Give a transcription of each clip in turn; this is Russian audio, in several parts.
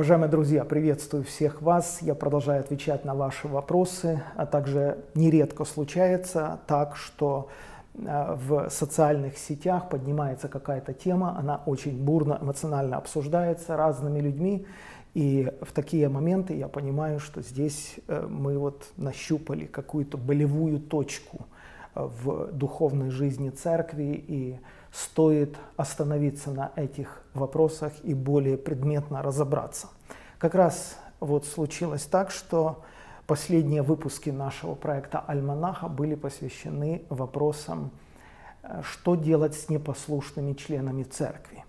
Уважаемые друзья, приветствую всех вас. Я продолжаю отвечать на ваши вопросы, а также нередко случается так, что в социальных сетях поднимается какая-то тема, она очень бурно, эмоционально обсуждается разными людьми, и в такие моменты я понимаю, что здесь мы нащупали какую-то болевую точку в духовной жизни церкви, и стоит остановиться на этих вопросах и более предметно разобраться. Как раз случилось так, что последние выпуски нашего проекта «Альманаха» были посвящены вопросам, что делать с непослушными членами церкви.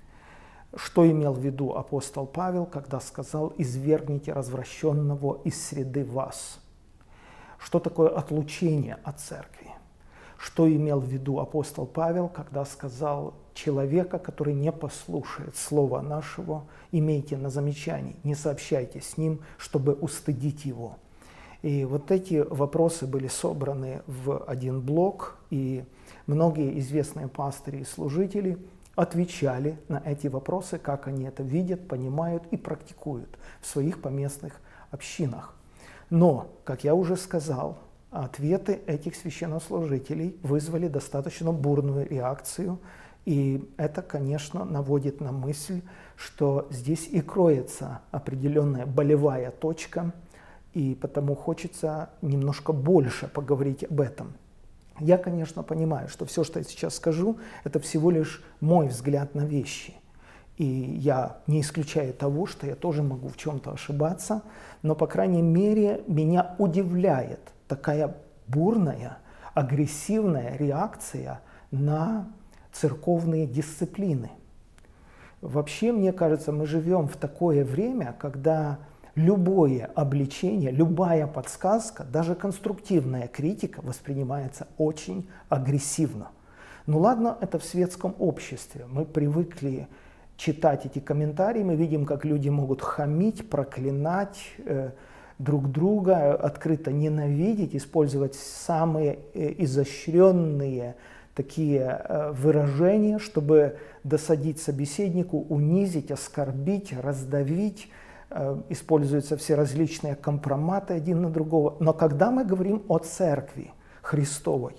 Что имел в виду апостол Павел, когда сказал «извергните развращенного из среды вас». Что такое отлучение от церкви? Что имел в виду апостол Павел, когда сказал «человека, который не послушает слова нашего, имейте на замечании, не сообщайте с ним, чтобы устыдить его». И эти вопросы были собраны в один блок, и многие известные пастыри и служители отвечали на эти вопросы, как они это видят, понимают и практикуют в своих поместных общинах. Но, как я уже сказал, ответы этих священнослужителей вызвали достаточно бурную реакцию, и это, конечно, наводит на мысль, что здесь и кроется определенная болевая точка, и потому хочется немножко больше поговорить об этом. Я, конечно, понимаю, что все, что я сейчас скажу, это всего лишь мой взгляд на вещи. И я не исключаю того, что я тоже могу в чем-то ошибаться, но, по крайней мере, меня удивляет такая бурная, агрессивная реакция на церковные дисциплины. Вообще, мне кажется, мы живем в такое время, когда любое обличение, любая подсказка, даже конструктивная критика воспринимается очень агрессивно. Ну ладно, это в светском обществе. Мы привыкли читать эти комментарии, мы видим, как люди могут хамить, проклинать друг друга, открыто ненавидеть, использовать самые изощренные такие выражения, чтобы досадить собеседнику, унизить, оскорбить, раздавить. Используются все различные компроматы один на другого. Но когда мы говорим о церкви Христовой,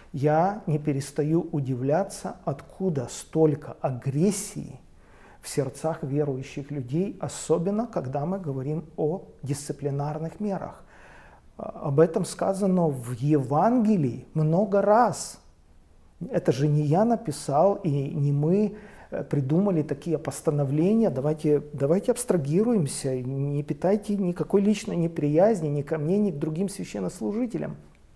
я не перестаю удивляться, откуда столько агрессии в сердцах верующих людей, особенно когда мы говорим о дисциплинарных мерах. Об этом сказано в Евангелии много раз. Это же не я написал, и не мы придумали такие постановления. Давайте абстрагируемся, не питайте никакой личной неприязни ни ко мне, ни к другим священнослужителям.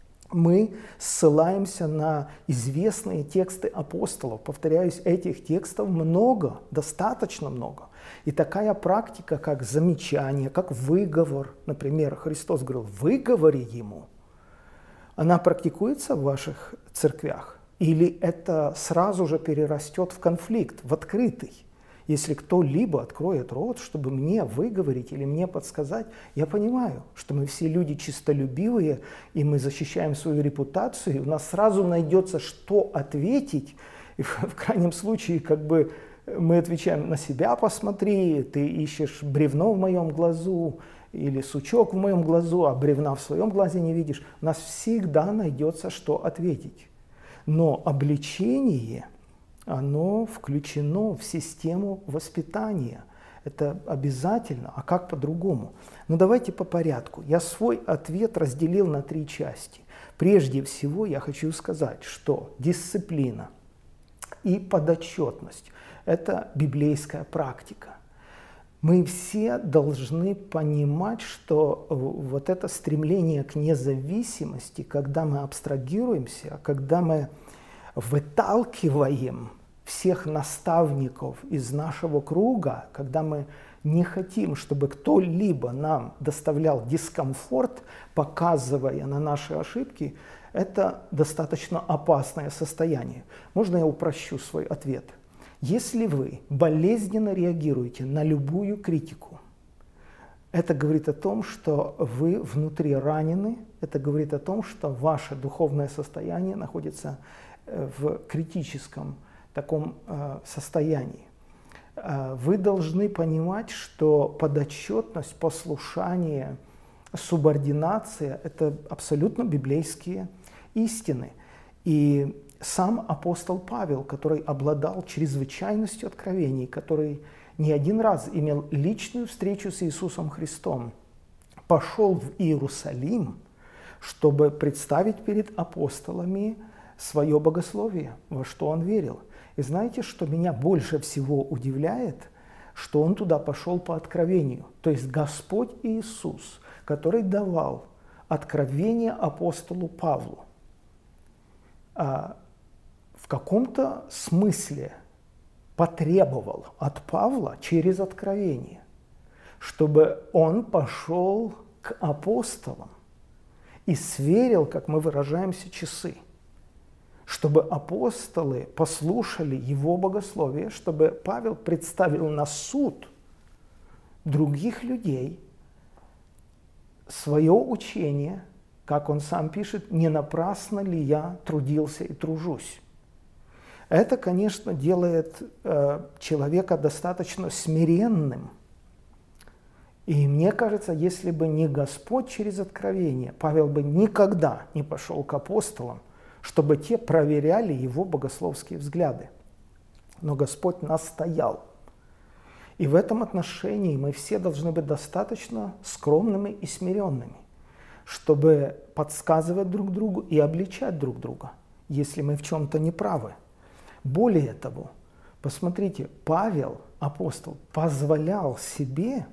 Мы ссылаемся на известные тексты апостолов. Повторяюсь, этих текстов много, достаточно много. И такая практика, как замечание, как выговор, например, Христос говорил, выговори ему, она практикуется в ваших церквях? Или это сразу же перерастет в конфликт, в открытый? Если кто-либо откроет рот, чтобы мне выговорить или мне подсказать, я понимаю, что мы все люди честолюбивые, и мы защищаем свою репутацию, и у нас сразу найдется, что ответить. И в крайнем случае, мы отвечаем: на себя посмотри, ты ищешь бревно в моем глазу, или сучок в моем глазу, а бревна в своем глазе не видишь. У нас всегда найдется, что ответить. Но обличение, оно включено в систему воспитания. Это обязательно. А как по-другому? Ну давайте по порядку. Я свой ответ разделил на 3 части. Прежде всего я хочу сказать, что дисциплина и подотчетность – это библейская практика. Мы все должны понимать, что это стремление к независимости, когда мы абстрагируемся, когда мы выталкиваем всех наставников из нашего круга, когда мы не хотим, чтобы кто-либо нам доставлял дискомфорт, показывая на наши ошибки, это достаточно опасное состояние. Можно я упрощу свой ответ? Если вы болезненно реагируете на любую критику, это говорит о том, что вы внутри ранены, это говорит о том, что ваше духовное состояние находится в критическом таком состоянии. Вы должны понимать, что подотчетность, послушание, субординация – это абсолютно библейские истины. И сам апостол Павел, который обладал чрезвычайностью откровений, который не один раз имел личную встречу с Иисусом Христом, пошел в Иерусалим, чтобы представить перед апостолами свое богословие, во что он верил. И знаете, что меня больше всего удивляет? Что он туда пошел по откровению. То есть Господь Иисус, который давал откровение апостолу Павлу, в каком-то смысле потребовал от Павла через откровение, чтобы он пошел к апостолам и сверил, как мы выражаемся, часы, чтобы апостолы послушали его богословие, чтобы Павел представил на суд других людей свое учение, как он сам пишет, не напрасно ли я трудился и тружусь. Это, конечно, делает человека достаточно смиренным. И мне кажется, если бы не Господь через откровение, Павел бы никогда не пошел к апостолам, чтобы те проверяли его богословские взгляды. Но Господь настоял. И в этом отношении мы все должны быть достаточно скромными и смиренными, чтобы подсказывать друг другу и обличать друг друга, если мы в чем-то не правы. Более того, посмотрите, Павел, апостол, позволял себе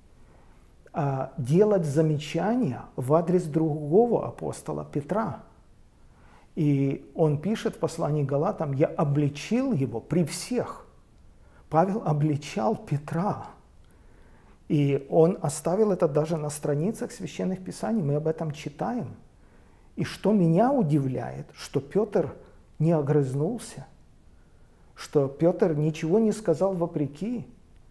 делать замечания в адрес другого апостола Петра. И он пишет в послании к Галатам: «Я обличил его при всех». Павел обличал Петра. И он оставил это даже на страницах Священных Писаний, мы об этом читаем. И что меня удивляет, что Петр не огрызнулся, что Петр ничего не сказал вопреки.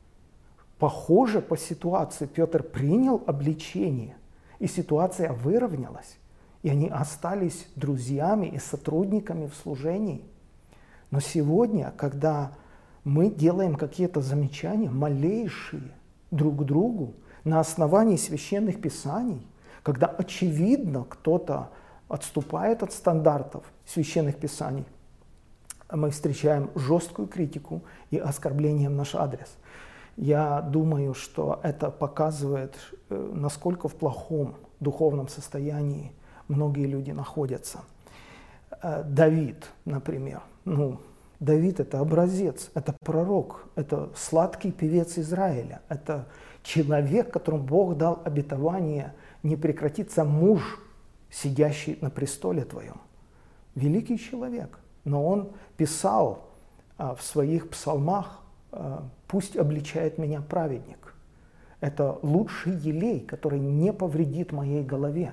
Похоже, по ситуации Петр принял обличение, и ситуация выровнялась. И они остались друзьями и сотрудниками в служении. Но сегодня, когда мы делаем какие-то замечания, малейшие, друг другу, на основании священных писаний, когда очевидно кто-то отступает от стандартов священных писаний, мы встречаем жесткую критику и оскорбление в наш адрес. Я думаю, что это показывает, насколько в плохом духовном состоянии многие люди находятся. Давид, например. Давид – это образец, это пророк, это сладкий певец Израиля, это человек, которому Бог дал обетование не прекратиться, муж, сидящий на престоле твоем. Великий человек, но он писал в своих псалмах: «Пусть обличает меня праведник». Это лучший елей, который не повредит моей голове.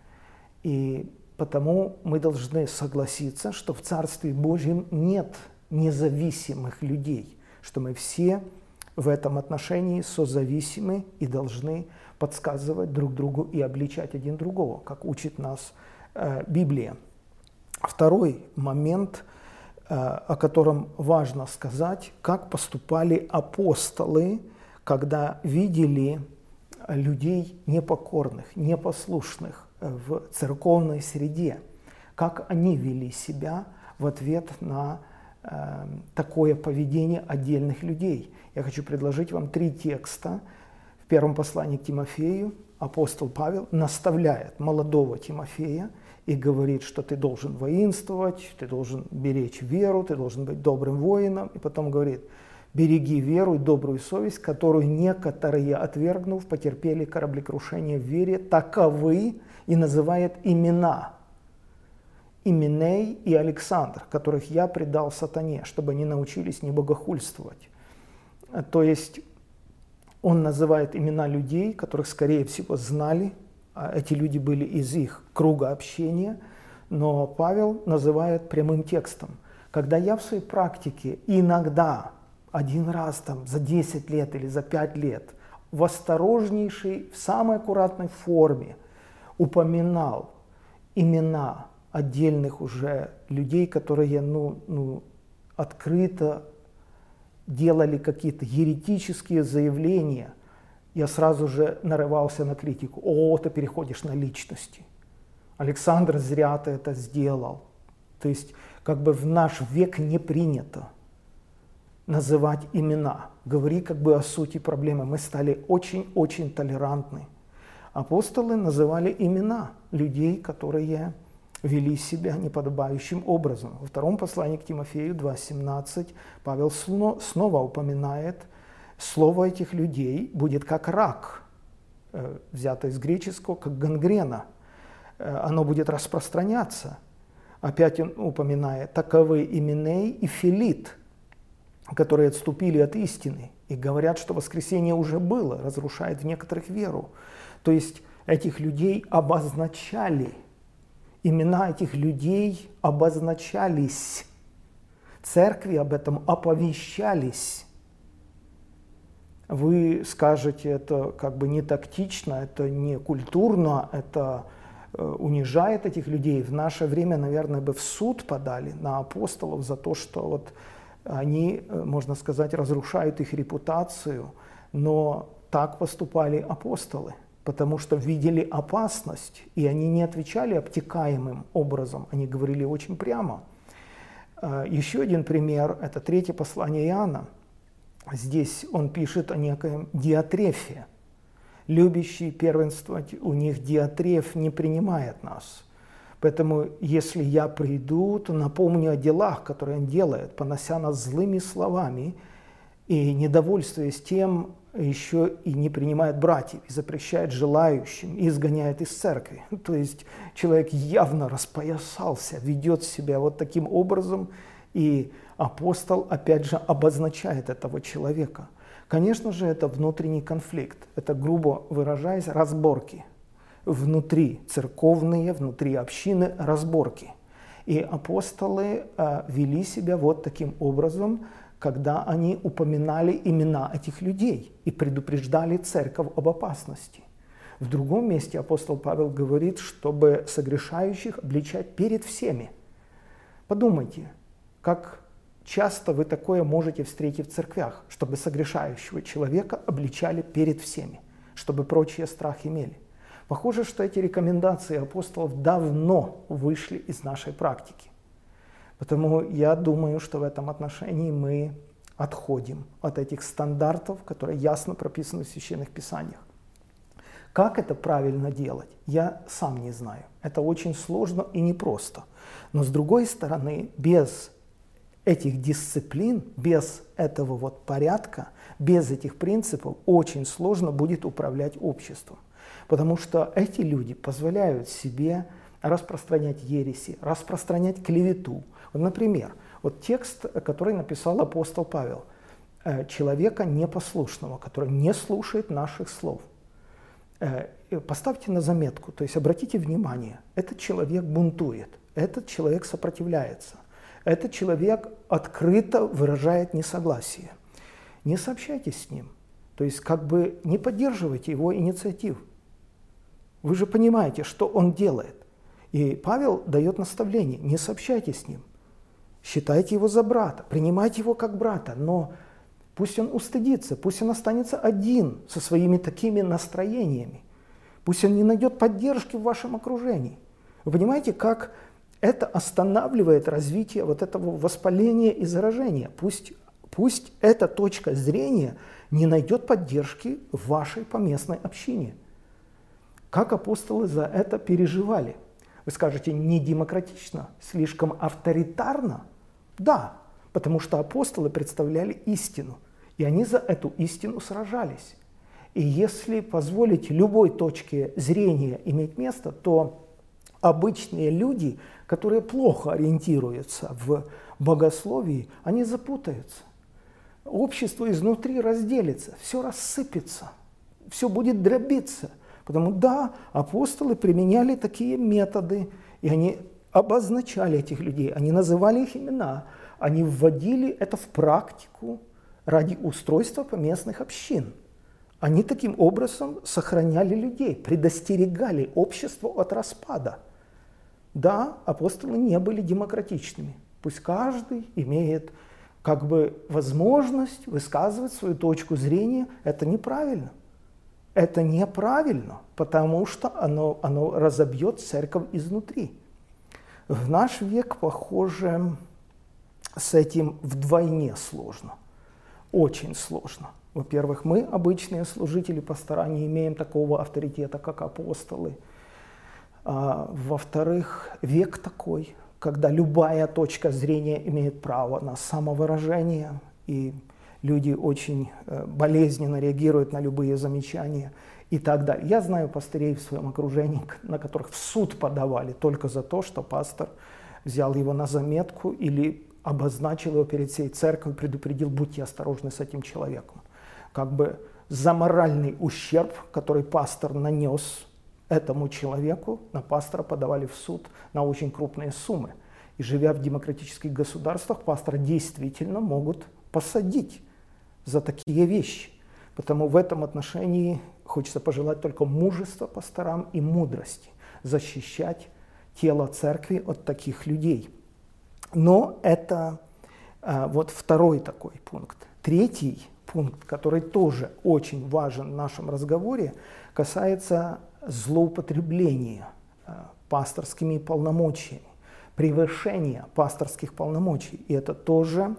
И потому мы должны согласиться, что в Царстве Божьем нет независимых людей, что мы все в этом отношении созависимы и должны подсказывать друг другу и обличать один другого, как учит нас Библия. Второй момент, о котором важно сказать: как поступали апостолы, когда видели людей непокорных, непослушных в церковной среде, как они вели себя в ответ на такое поведение отдельных людей. Я хочу предложить вам 3 текста. В первом послании к Тимофею апостол Павел наставляет молодого Тимофея и говорит, что ты должен воинствовать, ты должен беречь веру, ты должен быть добрым воином. И потом говорит: береги веру и добрую совесть, которую некоторые, отвергнув, потерпели кораблекрушение в вере, таковы, и называет имена. Именей и Александр, которых я предал сатане, чтобы они научились не богохульствовать. То есть он называет имена людей, которых, скорее всего, знали. Эти люди были из их круга общения. Но Павел называет прямым текстом: когда я в своей практике иногда, один раз за 10 лет или за 5 лет, в осторожнейшей, в самой аккуратной форме упоминал имена отдельных уже людей, которые открыто делали какие-то еретические заявления, я сразу же нарывался на критику. О, ты переходишь на личности. Александр, зря ты это сделал. То есть как бы в наш век не принято называть имена. Говори как бы о сути проблемы. Мы стали очень-очень толерантны. Апостолы называли имена людей, которые вели себя неподобающим образом. Во втором послании к Тимофею 2:17 Павел снова упоминает, слово этих людей будет как рак, взято из греческого, как гангрена. Оно будет распространяться. Опять он упоминает таковы Именей и Филит, которые отступили от истины и говорят, что воскресение уже было, разрушает в некоторых веру. То есть этих людей обозначали, имена этих людей обозначались, церкви об этом оповещались. Вы скажете, это как бы не тактично, это не культурно, это унижает этих людей. В наше время, наверное, бы в суд подали на апостолов за то, что вот они, можно сказать, разрушают их репутацию, но так поступали апостолы, потому что видели опасность, и они не отвечали обтекаемым образом, они говорили очень прямо. Еще один пример – это 3 послание Иоанна. Здесь он пишет о некоем Диатрефе. Любящий первенствовать у них Диатреф не принимает нас. Поэтому, если я приду, то напомню о делах, которые он делает, понося нас злыми словами и недовольствуясь тем, еще и не принимает братьев, и запрещает желающим, и изгоняет из церкви. То есть человек явно распоясался, ведет себя вот таким образом, и апостол, опять же, обозначает этого человека. Конечно же, это внутренний конфликт, это, грубо выражаясь, разборки. Внутри церковные, внутри общины разборки. И апостолы вели себя вот таким образом, когда они упоминали имена этих людей и предупреждали церковь об опасности. В другом месте апостол Павел говорит, чтобы согрешающих обличать перед всеми. Подумайте, как часто вы такое можете встретить в церквях, чтобы согрешающего человека обличали перед всеми, чтобы прочие страх имели. Похоже, что эти рекомендации апостолов давно вышли из нашей практики. Потому я думаю, что в этом отношении мы отходим от этих стандартов, которые ясно прописаны в Священных Писаниях. Как это правильно делать, я сам не знаю. Это очень сложно и непросто. Но с другой стороны, без этих дисциплин, без этого вот порядка, без этих принципов очень сложно будет управлять обществом. Потому что эти люди позволяют себе распространять ереси, распространять клевету. Вот, например, вот текст, который написал апостол Павел. Человека непослушного, который не слушает наших слов. Поставьте на заметку, то есть обратите внимание, этот человек бунтует, этот человек сопротивляется, этот человек открыто выражает несогласие. Не сообщайтесь с ним, то есть как бы не поддерживайте его инициатив. Вы же понимаете, что он делает. И Павел дает наставление: не сообщайтесь с ним, считайте его за брата, принимайте его как брата, но пусть он устыдится, пусть он останется один со своими такими настроениями, пусть он не найдет поддержки в вашем окружении. Вы понимаете, как это останавливает развитие вот этого воспаления и заражения? Пусть эта точка зрения не найдет поддержки в вашей поместной общине. Как апостолы за это переживали? Вы скажете, не демократично, слишком авторитарно? Да, потому что апостолы представляли истину, и они за эту истину сражались. И если позволить любой точке зрения иметь место, то обычные люди, которые плохо ориентируются в богословии, они запутаются. Общество изнутри разделится, все рассыпется, все будет дробиться. Потому да, апостолы применяли такие методы, и они обозначали этих людей, они называли их имена, они вводили это в практику ради устройства поместных общин. Они таким образом сохраняли людей, предостерегали общество от распада. Да, апостолы не были демократичными. Пусть каждый имеет Как бы возможность высказывать свою точку зрения – это неправильно. Это неправильно, потому что оно разобьет церковь изнутри. В наш век, похоже, с этим вдвойне сложно. Очень сложно. Во-первых, мы, обычные служители, пастора, не имеем такого авторитета, как апостолы. Во-вторых, век такой, когда любая точка зрения имеет право на самовыражение, и люди очень болезненно реагируют на любые замечания и так далее. Я знаю пастырей в своем окружении, на которых в суд подавали только за то, что пастор взял его на заметку или обозначил его перед всей церковью, предупредил: будьте осторожны с этим человеком. Как бы за моральный ущерб, который пастор нанес этому человеку, на пастора подавали в суд на очень крупные суммы. И живя в демократических государствах, пастора действительно могут посадить за такие вещи. Потому в этом отношении хочется пожелать только мужества пасторам и мудрости защищать тело церкви от таких людей. Но это вот второй такой пункт. Третий пункт, который тоже очень важен в нашем разговоре, касается злоупотребления пасторскими полномочиями, превышения пасторских полномочий. И это тоже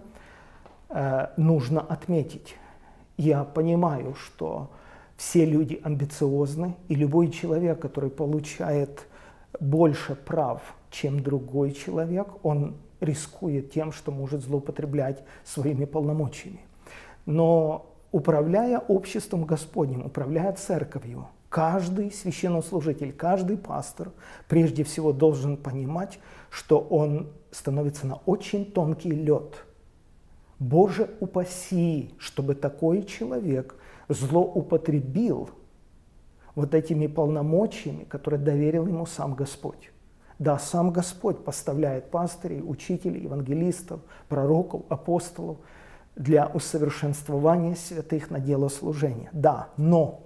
нужно отметить. Я понимаю, что все люди амбициозны, и любой человек, который получает больше прав, чем другой человек, он рискует тем, что может злоупотреблять своими полномочиями. Но управляя обществом Господним, управляя церковью, каждый священнослужитель, каждый пастор прежде всего должен понимать, что он становится на очень тонкий лед. Боже упаси, чтобы такой человек злоупотребил вот этими полномочиями, которые доверил ему сам Господь. Да, сам Господь поставляет пастырей, учителей, евангелистов, пророков, апостолов для усовершенствования святых на дело служения. Да, но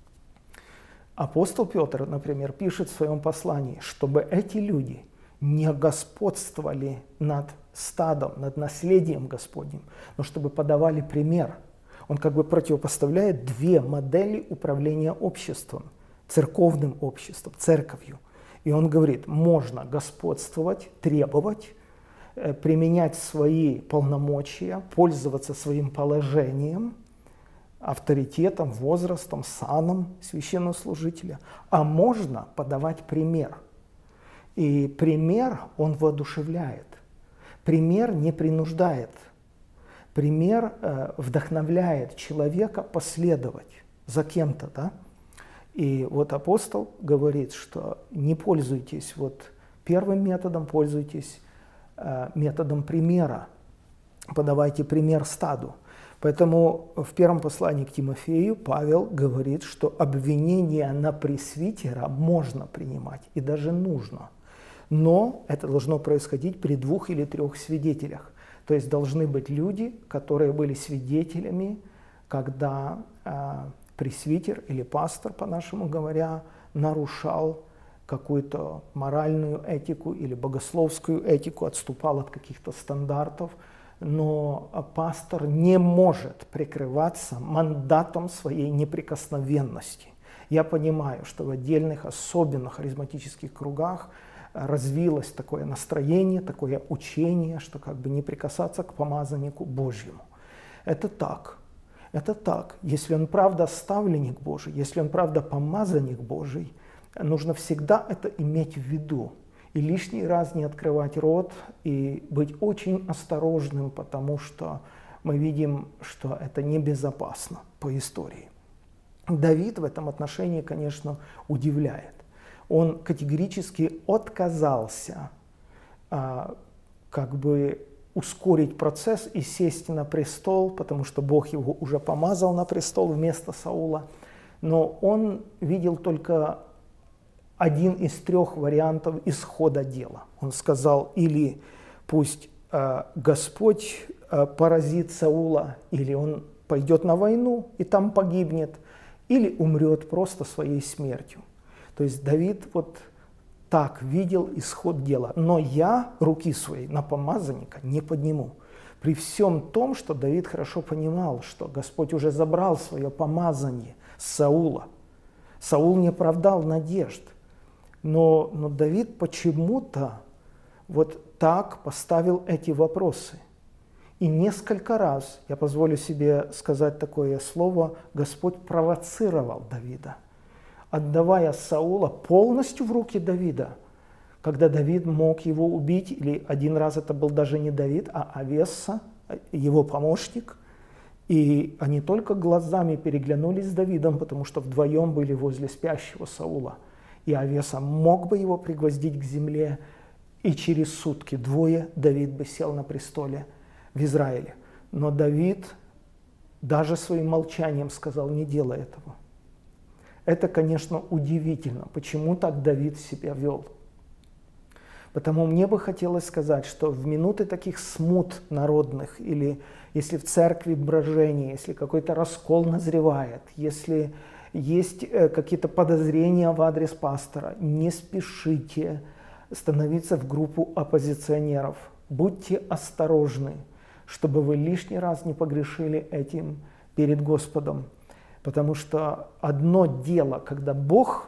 апостол Петр, например, пишет в своем послании, чтобы эти люди не господствовали над стадом, над наследием Господним, но чтобы подавали пример. Он как бы противопоставляет две модели управления обществом, церковным обществом, церковью. И он говорит, можно господствовать, требовать, применять свои полномочия, пользоваться своим положением, авторитетом, возрастом, саном священнослужителя, а можно подавать пример. И пример, он воодушевляет. Пример не принуждает. Пример вдохновляет человека последовать за кем-то, да? И вот апостол говорит, что не пользуйтесь вот первым методом, пользуйтесь методом примера. Подавайте пример стаду. Поэтому в первом послании к Тимофею Павел говорит, что обвинение на пресвитера можно принимать и даже нужно. Но это должно происходить при 2 или 3 свидетелях. То есть должны быть люди, которые были свидетелями, когда пресвитер или пастор, по-нашему говоря, нарушал какую-то моральную этику или богословскую этику, отступал от каких-то стандартов. Но пастор не может прикрываться мандатом своей неприкосновенности. Я понимаю, что в отдельных, особенно харизматических кругах развилось такое настроение, такое учение, что как бы не прикасаться к помазаннику Божьему. Это так. Это так. Если он правда ставленник Божий, если он правда помазанник Божий, нужно всегда это иметь в виду. И лишний раз не открывать рот и быть очень осторожным, потому что мы видим, что это небезопасно по истории. Давид в этом отношении, конечно, удивляет. Он категорически отказался как бы ускорить процесс и сесть на престол, потому что Бог его уже помазал на престол вместо Саула. Но он видел только один из 3 вариантов исхода дела. Он сказал, или пусть Господь поразит Саула, или он пойдет на войну и там погибнет, или умрет просто своей смертью. То есть Давид вот так видел исход дела. Но я руки своей на помазанника не подниму, При всем том, что Давид хорошо понимал, что Господь уже забрал свое помазание с Саула. Саул не оправдал надежд. Но Давид почему-то вот так поставил эти вопросы. И несколько раз, я позволю себе сказать такое слово, Господь провоцировал Давида, отдавая Саула полностью в руки Давида, когда Давид мог его убить, или один раз это был даже не Давид, а Авесса, его помощник, и они только глазами переглянулись с Давидом, потому что вдвоем были возле спящего Саула. И Авесса мог бы его пригвоздить к земле, и через сутки двое Давид бы сел на престоле в Израиле. Но Давид даже своим молчанием сказал: не делай этого. Это, конечно, удивительно, почему так Давид себя вел. Потому мне бы хотелось сказать, что в минуты таких смут народных, или если в церкви брожение, если какой-то раскол назревает, если есть какие-то подозрения в адрес пастора, не спешите становиться в группу оппозиционеров. Будьте осторожны, чтобы вы лишний раз не погрешили этим перед Господом. Потому что одно дело, когда Бог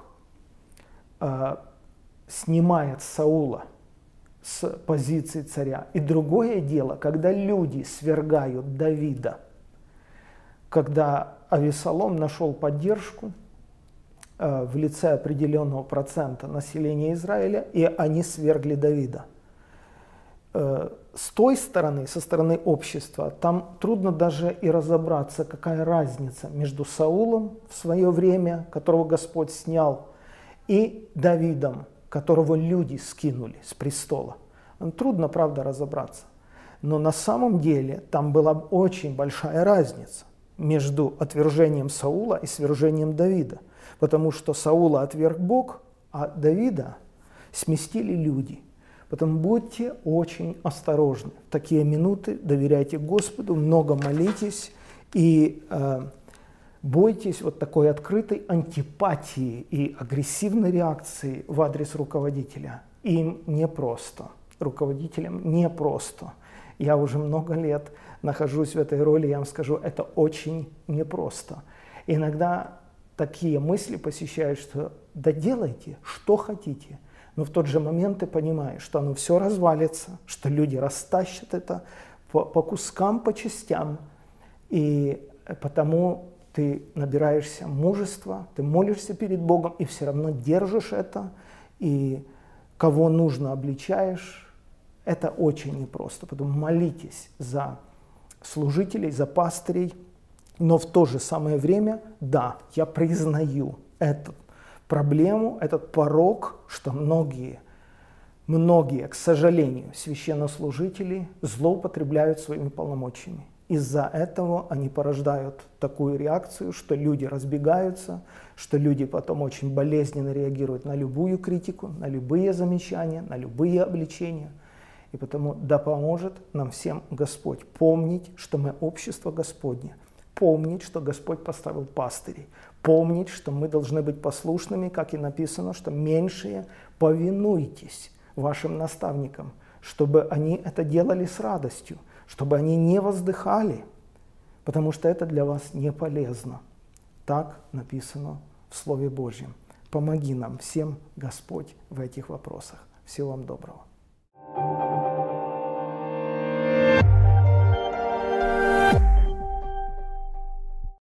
снимает Саула с позиции царя, и другое дело, когда люди свергают Давида, когда Авессалом нашел поддержку в лице определенного процента населения Израиля, и они свергли Давида. С той стороны, со стороны общества, там трудно даже и разобраться, какая разница между Саулом в свое время, которого Господь снял, и Давидом, которого люди скинули с престола. Трудно, правда, разобраться. Но на самом деле там была очень большая разница между отвержением Саула и свержением Давида. Потому что Саула отверг Бог, а Давида сместили люди. Поэтому будьте очень осторожны. В такие минуты доверяйте Господу, много молитесь и бойтесь вот такой открытой антипатии и агрессивной реакции в адрес руководителя. Им непросто. Руководителям непросто. Я уже много лет нахожусь в этой роли, я вам скажу, это очень непросто. Иногда такие мысли посещают, что да делайте, что хотите. Но в тот же момент ты понимаешь, что оно все развалится, что люди растащат это по кускам, по частям. И потому ты набираешься мужества, ты молишься перед Богом и все равно держишь это. И кого нужно обличаешь. Это очень непросто. Поэтому молитесь за служителей, за пастырей. Но в то же самое время, да, я признаю эту проблему, этот порок, что многие, к сожалению, священнослужители злоупотребляют своими полномочиями. Из-за этого они порождают такую реакцию, что люди разбегаются, что люди потом очень болезненно реагируют на любую критику, на любые замечания, на любые обличения. И потому да поможет нам всем Господь помнить, что мы общество Господне, помнить, что Господь поставил пастырей, помнить, что мы должны быть послушными, как и написано, что меньшие повинуйтесь вашим наставникам, чтобы они это делали с радостью, чтобы они не воздыхали, потому что это для вас не полезно. Так написано в Слове Божьем. Помоги нам всем, Господь, в этих вопросах. Всего вам доброго.